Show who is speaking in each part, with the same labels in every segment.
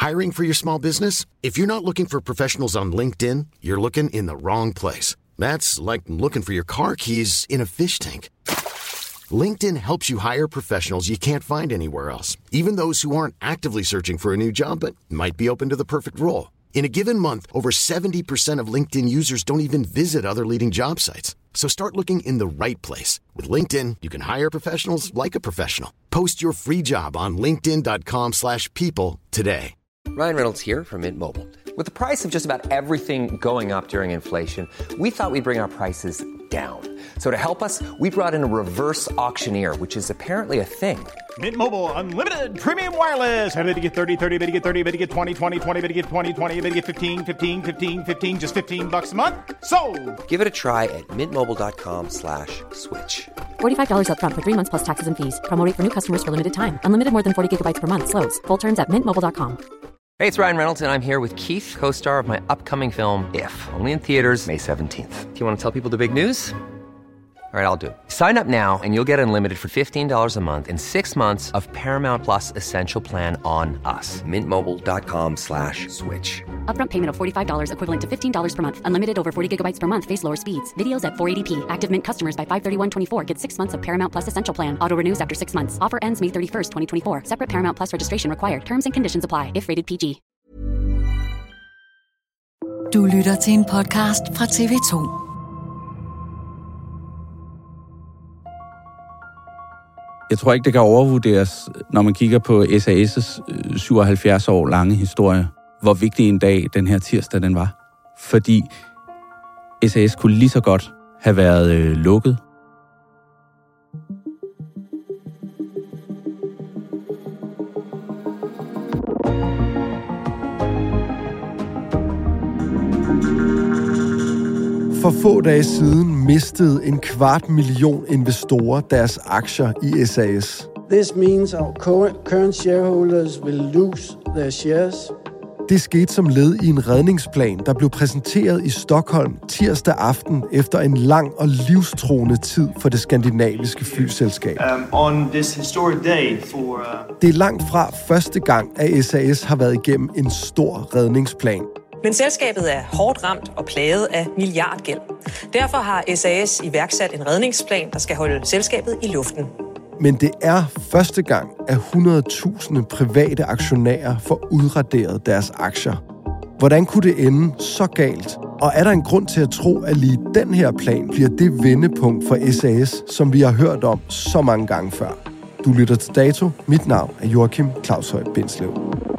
Speaker 1: Hiring for your small business? If you're not looking for professionals on LinkedIn, you're looking in the wrong place. That's like looking for your car keys in a fish tank. LinkedIn helps you hire professionals you can't find anywhere else, even those who aren't actively searching for a new job but might be open to the perfect role. In a given month, over 70% of LinkedIn users don't even visit other leading job sites. So start looking in the right place. With LinkedIn, you can hire professionals like a professional. Post your free job on linkedin.com/people today.
Speaker 2: Ryan Reynolds here from Mint Mobile. With the price of just about everything going up during inflation, we thought we'd bring our prices down. So to help us, we brought in a reverse auctioneer, which is apparently a thing.
Speaker 3: Mint Mobile Unlimited Premium Wireless. How to get 30, 30, bit to get 30, bit to get 20, 20, 20, bit to get 20, 20, bit to get 15, 15, 15, 15, just $15 a month? Sold!
Speaker 2: Give it a try at mintmobile.com/switch.
Speaker 4: $45 up front for 3 months plus taxes and fees. Promo rate for new customers for limited time. Unlimited more than 40 gigabytes per month. Slows full terms at mintmobile.com.
Speaker 2: Hey, it's Ryan Reynolds, and I'm here with Keith, co-star of my upcoming film, If, only in theaters May 17th. Do you want to tell people the big news? All right, I'll do it. Sign up now and you'll get unlimited for $15 a month and 6 months of Paramount Plus Essential Plan on us. mintmobile.com/switch.
Speaker 4: Upfront payment of $45 equivalent to $15 per month. Unlimited over 40 gigabytes per month. Face lower speeds. Videos at 480p. Active Mint customers by 531.24 get 6 months of Paramount Plus Essential Plan. Auto renews after 6 months. Offer ends May 31st, 2024. Separate Paramount Plus registration required. Terms and conditions apply if rated PG.
Speaker 5: Du lytter til en podcast fra TV2.
Speaker 6: Jeg tror ikke, det kan overvurderes, når man kigger på SAS' 77 år lange historie, hvor vigtig en dag den her tirsdag den var. Fordi SAS kunne lige så godt have været lukket.
Speaker 7: For få dage siden mistede 250.000 investorer deres aktier i SAS.
Speaker 8: This means our current shareholders will lose their shares.
Speaker 7: Det skete som led i en redningsplan, der blev præsenteret i Stockholm tirsdag aften efter en lang og livstruende tid for det skandinaviske flyselskab.
Speaker 9: On this historic day for,
Speaker 7: Det er langt fra første gang, at SAS har været igennem en stor redningsplan.
Speaker 10: Men selskabet er hårdt ramt og plaget af milliardgæld. Derfor har SAS iværksat en redningsplan, der skal holde selskabet i luften.
Speaker 7: Men det er første gang, at 100.000 private aktionærer får udraderet deres aktier. Hvordan kunne det ende så galt? Og er der en grund til at tro, at lige den her plan bliver det vendepunkt for SAS, som vi har hørt om så mange gange før? Du lytter til Dato. Mit navn er Joachim Claushøj Bindslev.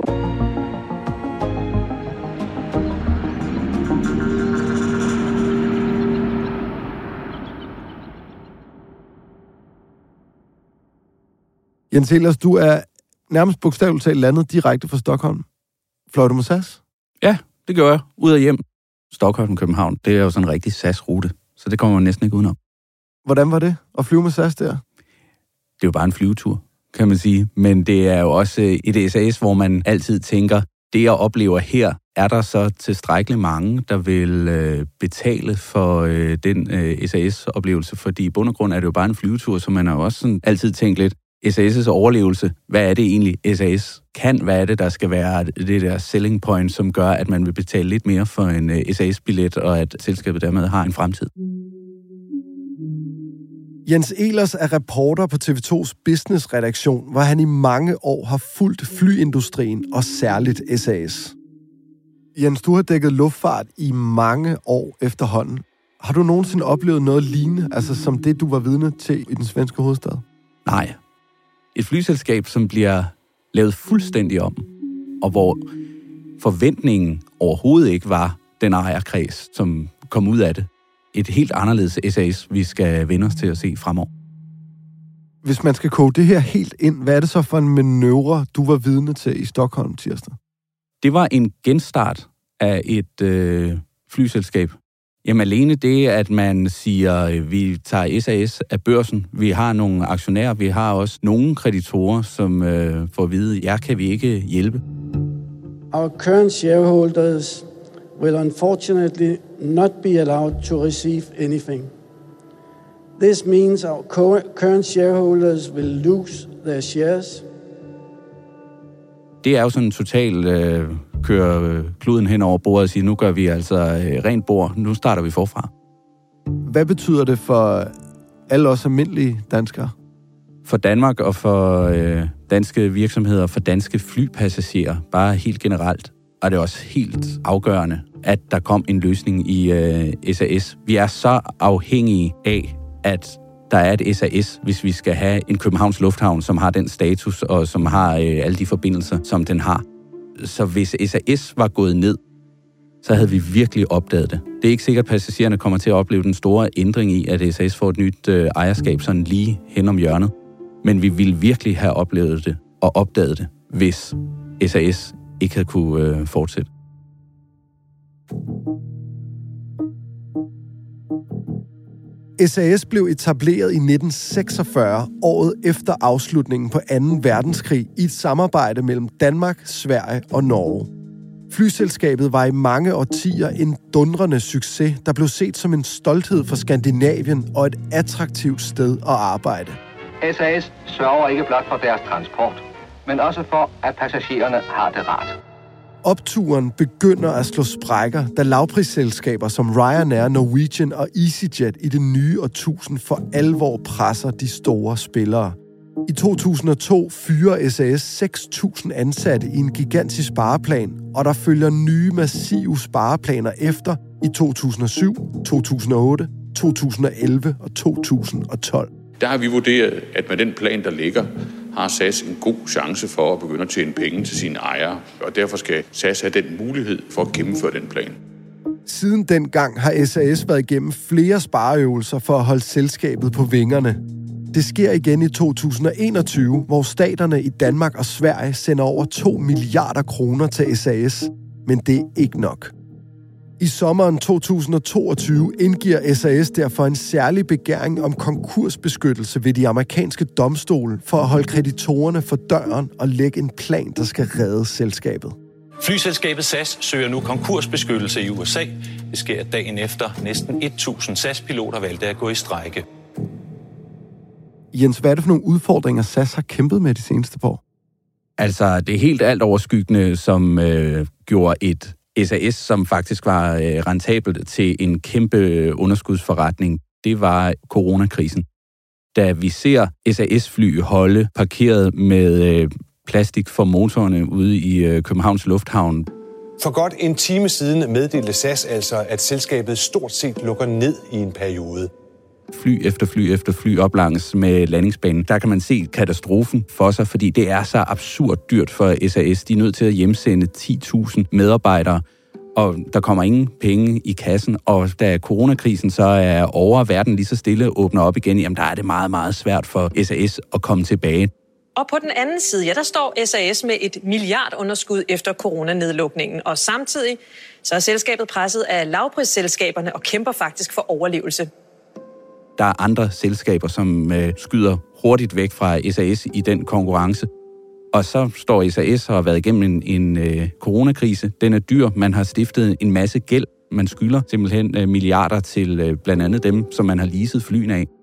Speaker 7: Jens Ehlers, du er nærmest bogstaveligt talt landet direkte fra Stockholm. Fløj du med SAS?
Speaker 6: Ja, det gør jeg. Ud og hjem. Stockholm, København, det er jo sådan en rigtig SAS-rute, så det kommer man næsten ikke udenom.
Speaker 7: Hvordan var det at flyve med SAS der?
Speaker 6: Det er jo bare en flyvetur, kan man sige. Men det er jo også et SAS, hvor man altid tænker, det jeg oplever her, er der så tilstrækkeligt mange, der vil betale for den SAS-oplevelse? Fordi i bund og grund er det jo bare en flyvetur, så man har jo også sådan altid tænkt lidt, SAS' overlevelse, hvad er det egentlig, SAS kan? Hvad er det, der skal være det der selling point, som gør, at man vil betale lidt mere for en SAS-billet, og at selskabet dermed har en fremtid?
Speaker 7: Jens Ehlers er reporter på TV2's business-redaktion, hvor han i mange år har fulgt flyindustrien og særligt SAS. Jens, du har dækket luftfart i mange år efterhånden. Har du nogensinde oplevet noget lignende, altså som det, du var vidne til i den svenske hovedstad?
Speaker 6: Nej. Et flyselskab, som bliver lavet fuldstændig om, og hvor forventningen overhovedet ikke var den ejerkreds, som kom ud af det. Et helt anderledes SAS, vi skal vende os til at se fremover.
Speaker 7: Hvis man skal koge det her helt ind, hvad er det så for en manøvre, du var vidne til i Stockholm tirsdag?
Speaker 6: Det var en genstart af et flyselskab. Jamen alene det, at man siger, vi tager SAS af børsen, vi har nogle aktionærer, vi har også nogle kreditorer, som får at vide, jer kan vi ikke hjælpe.
Speaker 8: Our current shareholders will unfortunately not be allowed to receive anything. This means our current shareholders will lose their shares.
Speaker 6: Det er jo sådan totalt køre kluden hen over bordet og sige, nu gør vi altså rent bord, nu starter vi forfra.
Speaker 7: Hvad betyder det for alle os almindelige danskere?
Speaker 6: For Danmark og for danske virksomheder, for danske flypassagerer, bare helt generelt, er det også helt afgørende, at der kom en løsning i SAS. Vi er så afhængige af, at der er et SAS, hvis vi skal have en Københavns Lufthavn, som har den status og som har alle de forbindelser, som den har. Så hvis SAS var gået ned, så havde vi virkelig opdaget det. Det er ikke sikkert, at passagererne kommer til at opleve den store ændring i, at SAS får et nyt ejerskab sådan lige hen om hjørnet. Men vi ville virkelig have oplevet det og opdaget det, hvis SAS ikke havde kunne fortsætte.
Speaker 7: SAS blev etableret i 1946, året efter afslutningen på 2. verdenskrig, i et samarbejde mellem Danmark, Sverige og Norge. Flyselskabet var i mange årtier en dundrende succes, der blev set som en stolthed for Skandinavien og et attraktivt sted at arbejde.
Speaker 11: SAS sørger ikke blot for deres transport, men også for, at passagererne har det rart.
Speaker 7: Opturen begynder at slå sprækker, da lavprisselskaber som Ryanair, Norwegian og EasyJet i det nye årtusind for alvor presser de store spillere. I 2002 fyrer SAS 6.000 ansatte i en gigantisk spareplan, og der følger nye massive spareplaner efter i 2007, 2008, 2011 og 2012.
Speaker 12: Der har vi vurderet, at med den plan, der ligger, har SAS en god chance for at begynde at tjene penge til sine ejere, og derfor skal SAS have den mulighed for at gennemføre den plan.
Speaker 7: Siden dengang har SAS været igennem flere spareøvelser for at holde selskabet på vingerne. Det sker igen i 2021, hvor staterne i Danmark og Sverige sender over 2 milliarder kroner til SAS, men det er ikke nok. I sommeren 2022 indgiver SAS derfor en særlig begæring om konkursbeskyttelse ved de amerikanske domstole for at holde kreditorerne for døren og lægge en plan, der skal redde selskabet.
Speaker 13: Flyselskabet SAS søger nu konkursbeskyttelse i USA. Det sker dagen efter næsten 1.000 SAS-piloter valgte at gå i strejke.
Speaker 7: Jens, hvad er det for nogle udfordringer, SAS har kæmpet med de seneste år?
Speaker 6: Altså, det er helt alt overskyggende, som gjorde et SAS, som faktisk var rentabelt til en kæmpe underskudsforretning. Det var coronakrisen. Da vi ser SAS-fly holde parkeret med plastik for motorerne ude i Københavns Lufthavn.
Speaker 14: For godt en time siden meddelte SAS altså, at selskabet stort set lukker ned i en periode.
Speaker 6: Fly efter fly op langs med landingsbanen. Der kan man se katastrofen for sig, fordi det er så absurd dyrt for SAS. De er nødt til at hjemsende 10.000 medarbejdere, og der kommer ingen penge i kassen. Og da coronakrisen så er over, verden lige så stille åbner op igen, jamen der er det meget, meget svært for SAS at komme tilbage.
Speaker 10: Og på den anden side, ja, der står SAS med et milliardunderskud efter coronanedlukningen. Og samtidig så er selskabet presset af lavprisselskaberne og kæmper faktisk for overlevelse.
Speaker 6: Der er andre selskaber, som skyder hurtigt væk fra SAS i den konkurrence. Og så står SAS og har været igennem en coronakrise. Den er dyr. Man har stiftet en masse gæld. Man skylder simpelthen milliarder til blandt andet dem, som man har leaset flyene af.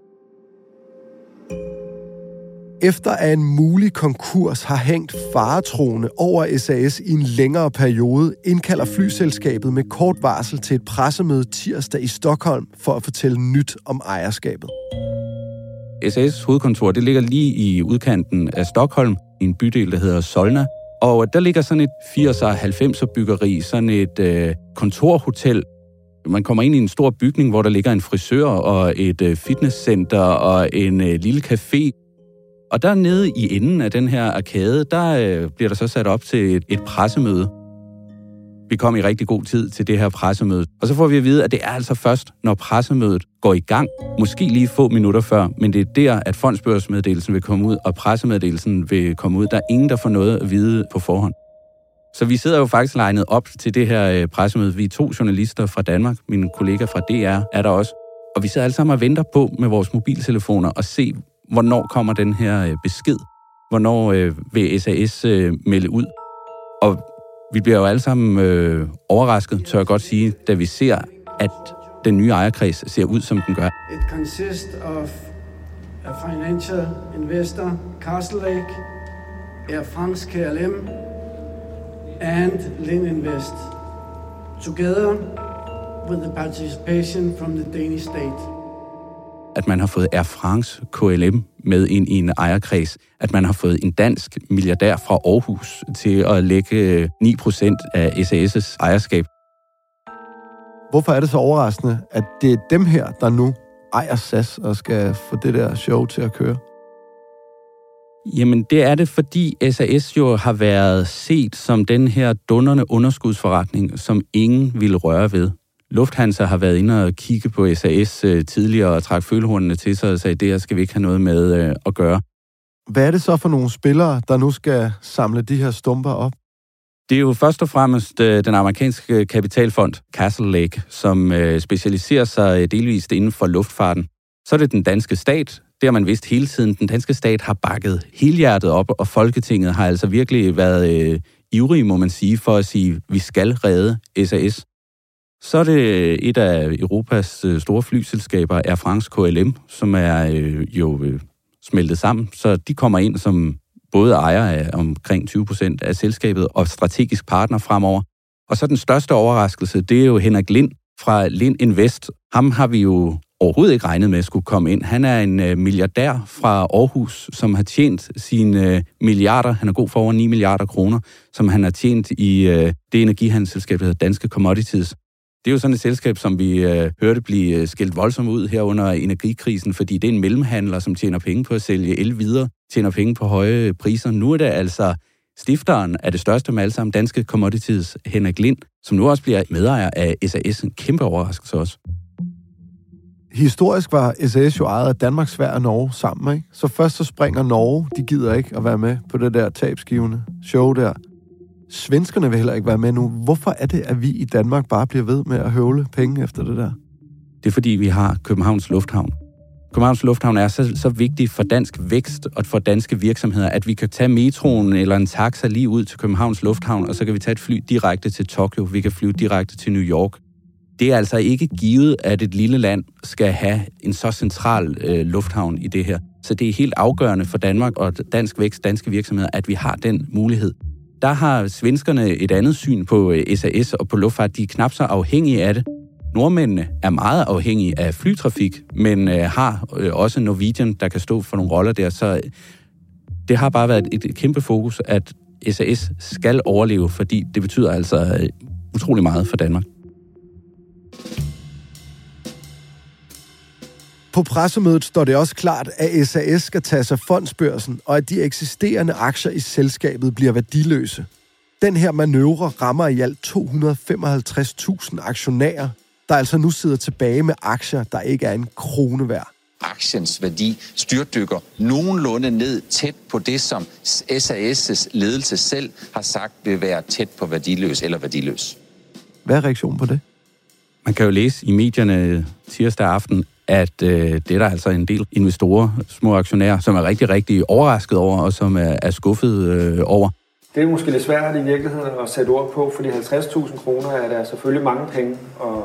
Speaker 7: Efter at en mulig konkurs har hængt faretroende over SAS i en længere periode, indkalder flyselskabet med kort varsel til et pressemøde tirsdag i Stockholm for at fortælle nyt om ejerskabet.
Speaker 6: SAS hovedkontor, det ligger lige i udkanten af Stockholm, i en bydel, der hedder Solna. Og der ligger sådan et 80'er og 90'er byggeri, sådan et kontorhotel. Man kommer ind i en stor bygning, hvor der ligger en frisør og et fitnesscenter og en lille café. Og dernede i enden af den her arkade, der bliver der så sat op til et pressemøde. Vi kom i rigtig god tid til det her pressemøde. Og så får vi at vide, at det er altså først, når pressemødet går i gang. Måske lige få minutter før, men det er der, at fondsbørsmeddelelsen vil komme ud, og pressemeddelelsen vil komme ud. Der er ingen, der får noget at vide på forhånd. Så vi sidder jo faktisk legnet op til det her pressemøde. Vi er 2 journalister fra Danmark. Mine kollegaer fra DR er der også. Og vi sidder alle sammen og venter på med vores mobiltelefoner og se, hvornår kommer den her besked? Hvornår vil SAS melde ud? Og vi bliver jo alle sammen overrasket, tør jeg godt sige, da vi ser, at den nye ejerkreds ser ud, som den gør.
Speaker 8: It consists of a financial investor, Castlelake, Air France KLM and Lind Invest, together with the participation from the Danish state.
Speaker 6: At man har fået Air France KLM med ind i en ejerkreds, at man har fået en dansk milliardær fra Aarhus til at lægge 9% af SAS' ejerskab.
Speaker 7: Hvorfor er det så overraskende, at det er dem her, der nu ejer SAS og skal få det der show til at køre?
Speaker 6: Jamen, det er det, fordi SAS jo har været set som den her dundrende underskudsforretning, som ingen ville røre ved. Lufthansa har været inde og kigge på SAS tidligere og trak følehornene til sig og sagde, det her skal vi ikke have noget med at gøre.
Speaker 7: Hvad er det så for nogle spillere, der nu skal samle de her stumper op?
Speaker 6: Det er jo først og fremmest den amerikanske kapitalfond Castle Lake, som specialiserer sig delvist inden for luftfarten. Så er det den danske stat. Det har man vidst hele tiden. Den danske stat har bakket helhjertet op, og Folketinget har altså virkelig været ivrige, må man sige, for at sige, at vi skal redde SAS. Så er det et af Europas store flyselskaber, Air France KLM, som er smeltet sammen. Så de kommer ind som både ejer af omkring 20% af selskabet og strategisk partner fremover. Og så den største overraskelse, det er jo Henrik Lind fra Lind Invest. Ham har vi jo overhovedet ikke regnet med at skulle komme ind. Han er en milliardær fra Aarhus, som har tjent sine milliarder, han er god for over 9 milliarder kroner, som han har tjent i det energihandelsselskab, der hedder Danske Commodities. Det er jo sådan et selskab, som vi hørte blive skilt voldsomt ud her under energikrisen, fordi det er en mellemhandler, som tjener penge på at sælge el videre, tjener penge på høje priser. Nu er det altså stifteren af det største med alle sammen, Danske Commodities, Henrik Lind, som nu også bliver medejer af SAS. En kæmpe overraskelse også.
Speaker 7: Historisk var SAS jo ejet af Danmark, Sverige og Norge sammen, ikke? Så først så springer Norge, de gider ikke at være med på det der tabsgivende show der. Svenskerne vil heller ikke være med nu. Hvorfor er det, at vi i Danmark bare bliver ved med at høvle penge efter det der?
Speaker 6: Det er fordi, vi har Københavns Lufthavn. Københavns Lufthavn er så vigtig for dansk vækst og for danske virksomheder, at vi kan tage metroen eller en taxa lige ud til Københavns Lufthavn, og så kan vi tage et fly direkte til Tokyo. Vi kan flyve direkte til New York. Det er altså ikke givet, at et lille land skal have en så central lufthavn i det her. Så det er helt afgørende for Danmark og dansk vækst, danske virksomheder, at vi har den mulighed. Der har svenskerne et andet syn på SAS og på luftfart. De er knap så afhængige af det. Nordmændene er meget afhængige af flytrafik, men har også Norwegian, der kan stå for nogle roller der. Så det har bare været et kæmpe fokus, at SAS skal overleve, fordi det betyder altså utrolig meget for Danmark.
Speaker 7: På pressemødet står det også klart, at SAS skal tage sig fondsbørsen, og at de eksisterende aktier i selskabet bliver værdiløse. Den her manøvre rammer i alt 255.000 aktionærer, der altså nu sidder tilbage med aktier, der ikke er en krone værd.
Speaker 15: Aktiens værdi styrtdykker nogenlunde ned tæt på det, som SAS' ledelse selv har sagt vil være tæt på værdiløs eller værdiløs.
Speaker 7: Hvad er reaktionen på det?
Speaker 6: Man kan jo læse i medierne tirsdag aften, at det er der altså en del investorer, små aktionærer, som er rigtig, rigtig overrasket over, og som er skuffet over.
Speaker 16: Det er måske lidt svært i virkeligheden at sætte ord på, fordi 50.000 kroner er der selvfølgelig mange penge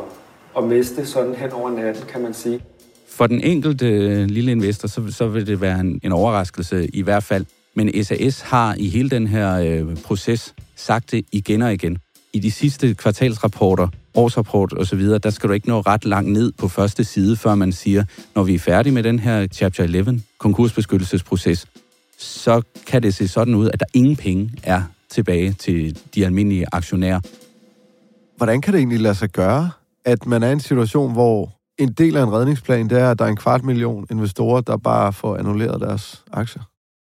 Speaker 16: at miste sådan hen over natten, kan man sige.
Speaker 6: For den enkelte lille investor, så vil det være en overraskelse i hvert fald. Men SAS har i hele den her proces sagt det igen og igen. I de sidste kvartalsrapporter, årsrapport osv., der skal du ikke nå ret langt ned på første side, før man siger, når vi er færdige med den her Chapter 11 konkursbeskyttelsesproces, så kan det se sådan ud, at der ingen penge er tilbage til de almindelige aktionærer.
Speaker 7: Hvordan kan det egentlig lade sig gøre, at man er i en situation, hvor en del af en redningsplan, det er, at der er 250.000 investorer, der bare får annulleret deres aktier?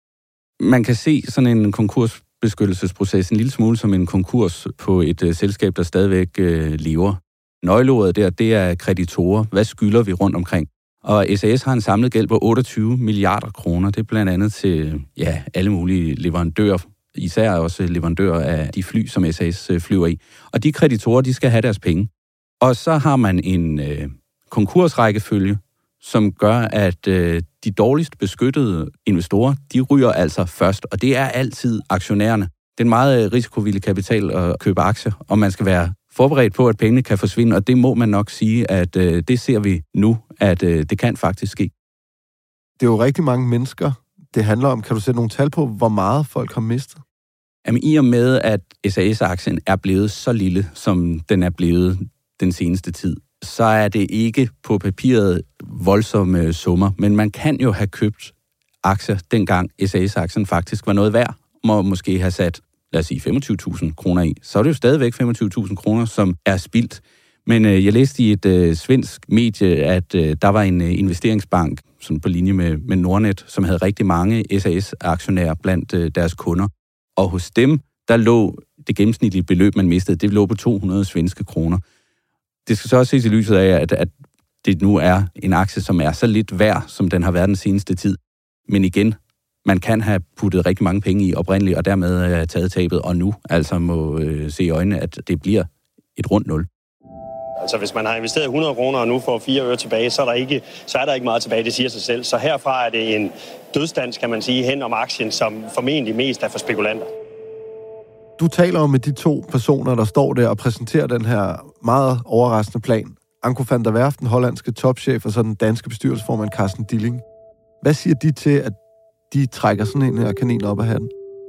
Speaker 6: Man kan se sådan en konkursbeskyttelsesproces en lille smule som en konkurs på et selskab, der stadigvæk lever. Nøgleordet der, det er kreditorer. Hvad skylder vi rundt omkring? Og SAS har en samlet gæld på 28 milliarder kroner. Det er blandt andet til alle mulige leverandører, især også leverandører af de fly, som SAS flyver i. Og de kreditorer, de skal have deres penge. Og så har man en konkursrækkefølge, som gør, at de dårligst beskyttede investorer, de ryger altså først. Og det er altid aktionærerne. Det er en meget risikovillig kapital at købe aktier, og man skal være forberedt på, at pengene kan forsvinde, og det må man nok sige, at det ser vi nu, at det kan faktisk ske.
Speaker 7: Det er jo rigtig mange mennesker, det handler om? Kan du sætte nogle tal på, hvor meget folk har mistet?
Speaker 6: Jamen, i og med, at SAS-aktien er blevet så lille, som den er blevet den seneste tid, så er det ikke på papiret voldsomme summer, men man kan jo have købt aktier, dengang SAS-aktien faktisk var noget værd, må måske have sat, lad os sige, 25.000 kroner i. Så er det jo stadigvæk 25.000 kroner, som er spildt. Men jeg læste i et svensk medie, at der var en investeringsbank, sådan på linje med Nordnet, som havde rigtig mange SAS-aktionærer blandt deres kunder. Og hos dem, der lå det gennemsnitlige beløb, man mistede, det lå på 200 svenske kroner. Det skal så også ses i lyset af, at det nu er en aktie, som er så lidt værd, som den har været den seneste tid. Men igen, man kan have puttet rigtig mange penge i oprindeligt, og dermed taget tabet, og nu altså må se i øjnene, at det bliver et rundt nul.
Speaker 17: Altså hvis man har investeret 100 kroner og nu får 4 øre tilbage, så er der ikke meget tilbage, det siger sig selv. Så herfra er det en dødsdans, kan man sige, hen om aktien, som formentlig mest er for spekulanter.
Speaker 7: Du taler om med de to personer, der står der og præsenterer den her meget overraskende plan. Anko van der Werf, den hollandske topchef, og så den danske bestyrelsesformand Carsten Dilling. Hvad siger de til, at de trækker sådan en her kanin op af hatten?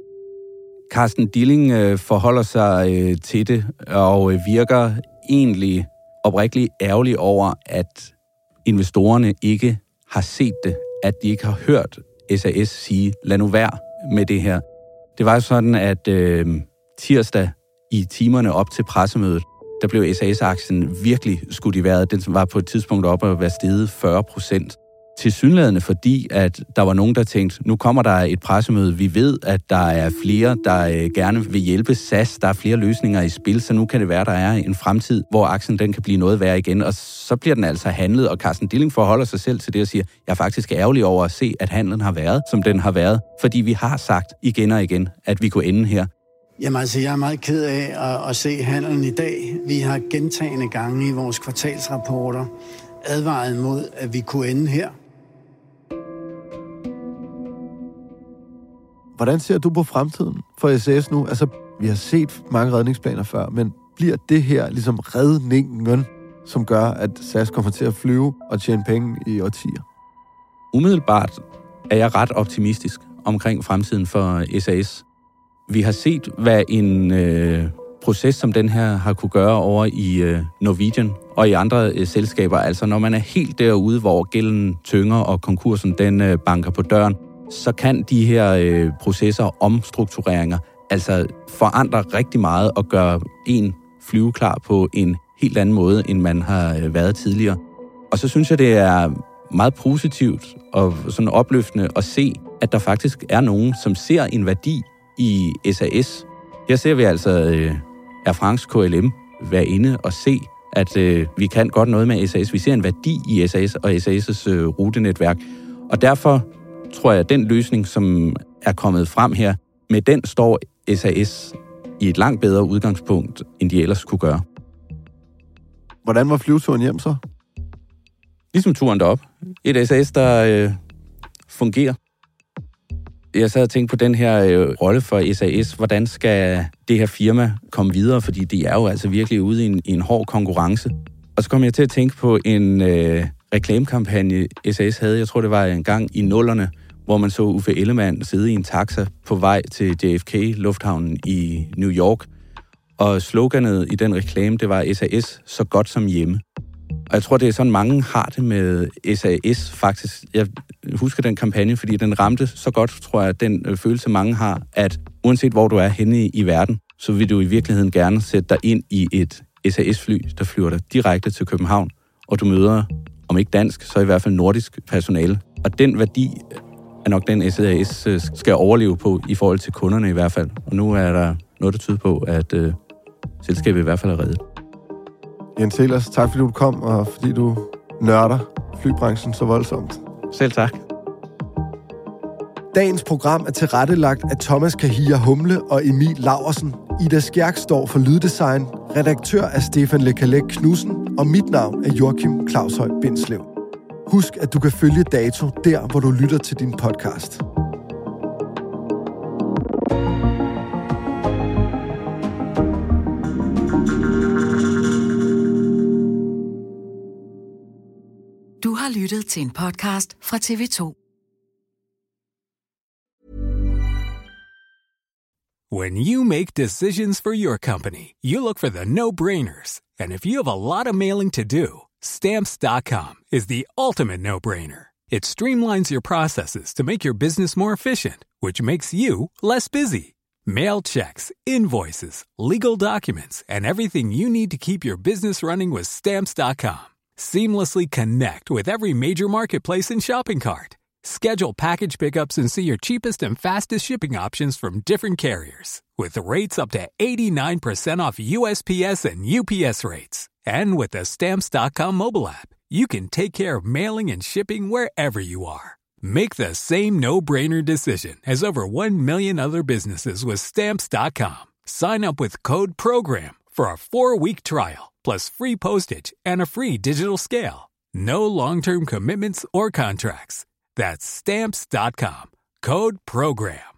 Speaker 6: Carsten Dilling forholder sig til det og virker egentlig oprigtigt ærgerlig over, at investorerne ikke har set det, at de ikke har hørt SAS sige, lad nu være med det her. Det var jo sådan, at tirsdag i timerne op til pressemødet, der blev SAS-aktien virkelig skudt i vejret. Den var på et tidspunkt op at være steget 40%. Tilsyneladende fordi, at der var nogen, der tænkte, nu kommer der et pressemøde. Vi ved, at der er flere, der gerne vil hjælpe SAS. Der er flere løsninger i spil, så nu kan det være, der er en fremtid, hvor aktien den kan blive noget værre igen. Og så bliver den altså handlet, og Carsten Dilling forholder sig selv til det og siger, jeg er faktisk ærgerlig over at se, at handlen har været, som den har været. Fordi vi har sagt igen og igen, at vi kunne ende her.
Speaker 8: Jamen altså, jeg er meget ked af at se handlen i dag. Vi har gentagne gange i vores kvartalsrapporter advaret mod, at vi kunne ende her.
Speaker 7: Hvordan ser du på fremtiden for SAS nu? Altså, vi har set mange redningsplaner før, men bliver det her ligesom redningen, som gør, at SAS kommer til at flyve og tjene penge i årtier?
Speaker 6: Umiddelbart er jeg ret optimistisk omkring fremtiden for SAS. Vi har set, hvad en proces som den her har kunne gøre over i Norwegian og i andre selskaber. Altså, når man er helt derude, hvor gælden tynger og konkursen den banker på døren, så kan de her processer og omstruktureringer altså forandre rigtig meget og gøre en flyveklar på en helt anden måde, end man har været tidligere. Og så synes jeg, det er meget positivt og sådan opløftende at se, at der faktisk er nogen, som ser en værdi i SAS. Her ser vi altså Air France KLM være inde og se, at vi kan godt noget med SAS. Vi ser en værdi i SAS og SAS' rutenetværk. Og derfor tror jeg, at den løsning, som er kommet frem her, med den står SAS i et langt bedre udgangspunkt, end de ellers kunne gøre.
Speaker 7: Hvordan var flyveturen hjem så?
Speaker 6: Ligesom turen derop. Et SAS, der fungerer. Jeg sad og tænkte på den her rolle for SAS. Hvordan skal det her firma komme videre? Fordi de er jo altså virkelig ude i en hård konkurrence. Og så kom jeg til at tænke på en reklamekampagne, SAS havde. Jeg tror, det var en gang i 00'erne, hvor man så Uffe Ellemann sidde i en taxa på vej til JFK-lufthavnen i New York. Og sloganet i den reklame, det var SAS så godt som hjemme. Og jeg tror, det er sådan, mange har det med SAS faktisk. Jeg husker den kampagne, fordi den ramte så godt, tror jeg, at den følelse, mange har, at uanset hvor du er henne i verden, så vil du i virkeligheden gerne sætte dig ind i et SAS-fly, der flyver dig direkte til København, og du møder, om ikke dansk, så i hvert fald nordisk personale. Og den værdi er nok den, SAS skal overleve på i forhold til kunderne i hvert fald. Og nu er der noget, der tyder på, at selskabet i hvert fald er reddet.
Speaker 7: Jens Ehlers, tak fordi du kom, og fordi du nørder flybranchen så voldsomt.
Speaker 6: Selv tak.
Speaker 7: Dagens program er tilrettelagt af Thomas Kahia Humle og Emil Laursen. Ida Skjærk står for lyddesign, redaktør er Stefan Lekalek Knudsen, og mit navn er Joachim Claushøj Bindslev. Husk, at du kan følge Dato der, hvor du lytter til din podcast.
Speaker 5: Du har lyttet til en podcast fra TV2.
Speaker 18: When you make decisions for your company, you look for the no-brainers. And if you have a lot of mailing to do, Stamps.com is the ultimate no-brainer. It streamlines your processes to make your business more efficient, which makes you less busy. Mail checks, invoices, legal documents, and everything you need to keep your business running with Stamps.com. Seamlessly connect with every major marketplace and shopping cart. Schedule package pickups and see your cheapest and fastest shipping options from different carriers. With rates up to 89% off USPS and UPS rates. And with the Stamps.com mobile app, you can take care of mailing and shipping wherever you are. Make the same no-brainer decision as over 1 million other businesses with Stamps.com. Sign up with code PROGRAM for a 4-week trial, plus free postage and a free digital scale. No long-term commitments or contracts. That's Stamps.com. Code PROGRAM.